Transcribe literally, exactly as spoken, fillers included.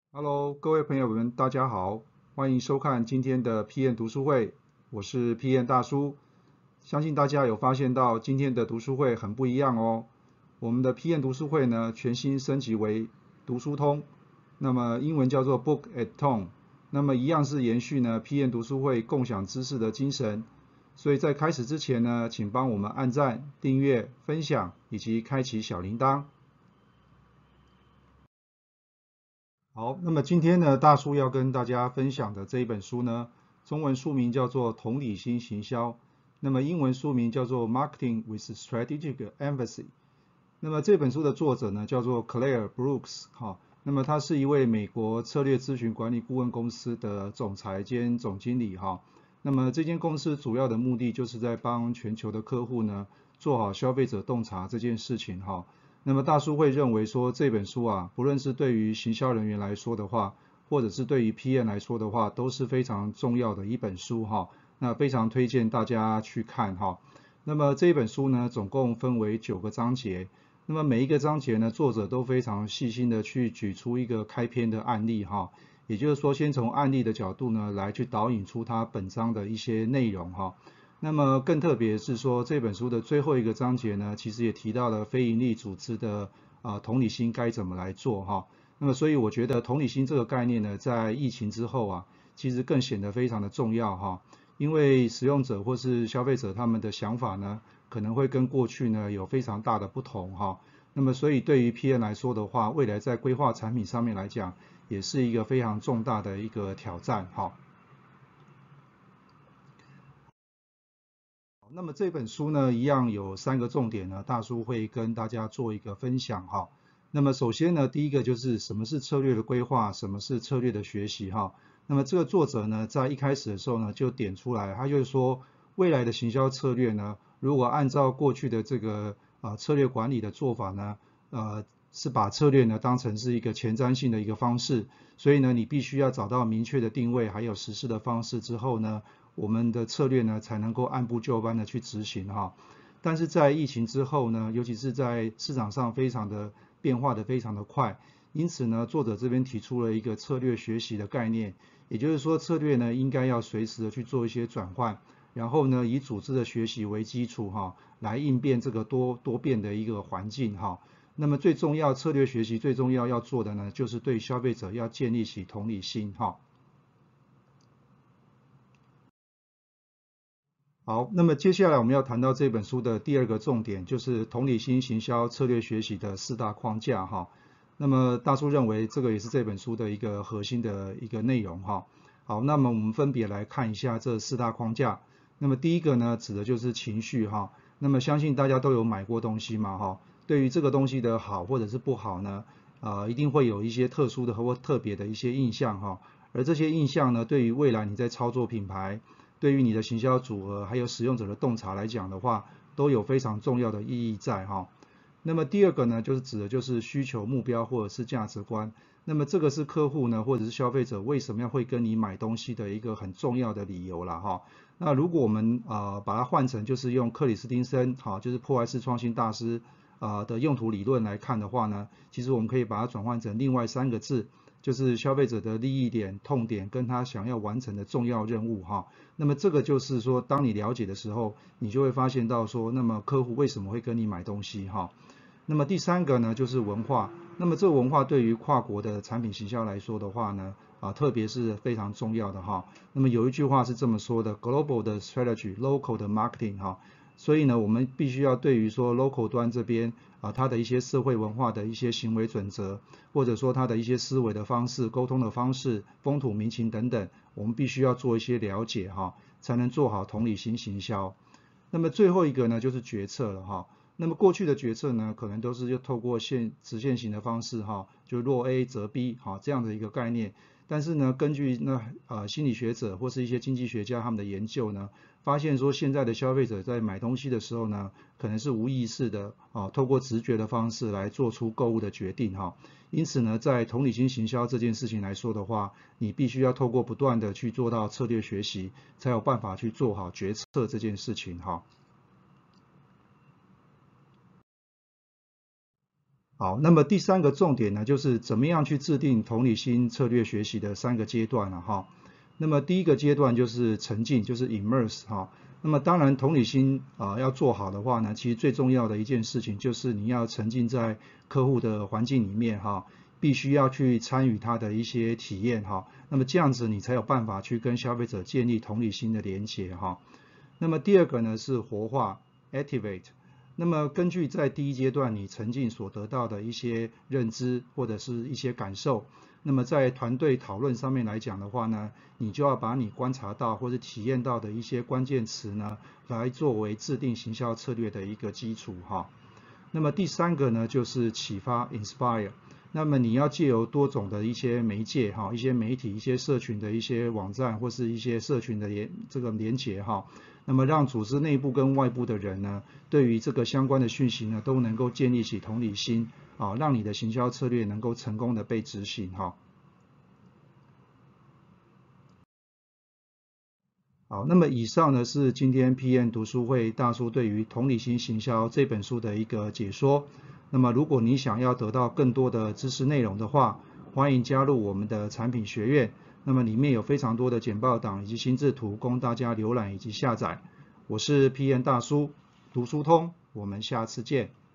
Hello，各位朋友们，大家好，欢迎收看今天的 P N 读书会，我是 P N 大叔。相信大家有发现到今天的读书会很不一样哦。我们的 P N 读书会呢，全新升级为读书通，那么英文叫做 Book at Home，那么一样是延续呢 P N 读书会共享知识的精神。所以在开始之前呢，请帮我们按赞、订阅、分享以及开启小铃铛。好，那么今天呢，大叔要跟大家分享的这一本书呢，中文书名叫做《同理心行销》，那么英文书名叫做《Marketing with Strategic Empathy》。那么这本书的作者呢，叫做 Claire Brooks，哈，那么他是一位美国策略咨询管理顾问公司的总裁兼总经理，哈。那么这间公司主要的目的就是在帮全球的客户呢，做好消费者洞察这件事情，哈。那么大叔会认为说这本书啊，不论是对于行销人员来说的话，或者是对于 P M 来说的话，都是非常重要的一本书哈。那非常推荐大家去看哈。那么这一本书呢，总共分为九个章节。那么每一个章节呢，作者都非常细心的去举出一个开篇的案例哈。也就是说，先从案例的角度呢，来去导引出它本章的一些内容哈。那么更特别是说，这本书的最后一个章节呢，其实也提到了非营利组织的啊同理心该怎么来做哈。那么所以我觉得同理心这个概念呢，在疫情之后啊，其实更显得非常的重要哈。因为使用者或是消费者他们的想法呢，可能会跟过去呢有非常大的不同哈。那么所以对于 P M 来说的话，未来在规划产品上面来讲，也是一个非常重大的一个挑战哈。那么这本书呢，一样有三个重点呢，大叔会跟大家做一个分享哈。那么首先呢，第一个就是什么是策略的规划，什么是策略的学习哈。那么这个作者呢，在一开始的时候呢，就点出来，他就是说，未来的行销策略呢，如果按照过去的这个啊、呃、策略管理的做法呢，呃，是把策略呢当成是一个前瞻性的一个方式，所以呢，你必须要找到明确的定位，还有实施的方式之后呢，我们的策略呢才能够按部就班的去执行哈。但是在疫情之后呢，尤其是在市场上非常的变化的非常的快，因此呢，作者这边提出了一个策略学习的概念，也就是说策略呢应该要随时的去做一些转换，然后呢以组织的学习为基础哈，来应变这个多多变的一个环境哈。那么最重要策略学习最重要要做的呢，就是对消费者要建立起同理心哈。好，那么接下来我们要谈到这本书的第二个重点，就是同理心行销策略学习的四大框架哈。那么大叔认为这个也是这本书的一个核心的一个内容哈。好，那么我们分别来看一下这四大框架。那么第一个呢，指的就是情绪哈。那么相信大家都有买过东西嘛哈。对于这个东西的好或者是不好呢，呃，一定会有一些特殊的或特别的一些印象哈。而这些印象呢，对于未来你在操作品牌，对于你的行销组合还有使用者的洞察来讲的话，都有非常重要的意义在哈。那么第二个呢，就是指的就是需求目标或者是价值观。那么这个是客户呢或者是消费者为什么要会跟你买东西的一个很重要的理由啦哈。那如果我们呃把它换成就是用克里斯汀森哈，就是破坏式创新大师啊的用途理论来看的话呢，其实我们可以把它转换成另外三个字，就是消费者的利益点、痛点跟他想要完成的重要任务哈。那么这个就是说，当你了解的时候，你就会发现到说，那么客户为什么会跟你买东西哈。那么第三个呢，就是文化。那么这个文化对于跨国的产品行销来说的话呢，啊，特别是非常重要的哈。那么有一句话是这么说的 ：Global 的 strategy，local 的 marketing 哈。所以呢，我们必须要对于说 local 端这边啊，它的一些社会文化的一些行为准则，或者说它的一些思维的方式、沟通的方式、风土民情等等，我们必须要做一些了解哈，才能做好同理心行销。那么最后一个呢，就是决策了哈。那么过去的决策呢，可能都是就透过线直线型的方式哈，就若 A 则 B 哈这样的一个概念。但是呢，根据那呃心理学者或是一些经济学家他们的研究呢，发现说现在的消费者在买东西的时候呢，可能是无意识的啊，透过直觉的方式来做出购物的决定哈。因此呢，在同理心行销这件事情来说的话，你必须要透过不断的去做到策略学习，才有办法去做好决策这件事情哈。 好，那么第三个重点呢，就是怎么样去制定同理心策略学习的三个阶段了哈。那么第一个阶段就是沉浸，就是 immerse 哈。那么当然同理心啊、呃、要做好的话呢，其实最重要的一件事情就是你要沉浸在客户的环境里面哈，必须要去参与他的一些体验哈。那么这样子你才有办法去跟消费者建立同理心的连结哈。那么第二个呢是活化 activate。那么根据在第一阶段你沉浸所得到的一些认知或者是一些感受，那么在团队讨论上面来讲的话呢，你就要把你观察到或者体验到的一些关键词呢，来作为制定行销策略的一个基础哈。那么第三个呢就是启发 inspire。那么你要借由多种的一些媒介哈，一些媒体、一些社群的一些网站或是一些社群的连这个连结哈，那么让组织内部跟外部的人呢，对于这个相关的讯息呢，都能够建立起同理心啊，让你的行销策略能够成功的被执行哈。好，那么以上呢是今天 P N 读书会大叔对于同理心行销这本书的一个解说。那么如果你想要得到更多的知识内容的话，欢迎加入我们的产品学院。那么里面有非常多的简报档以及心智图供大家浏览以及下载。我是 P N 大叔，读书通，我们下次见。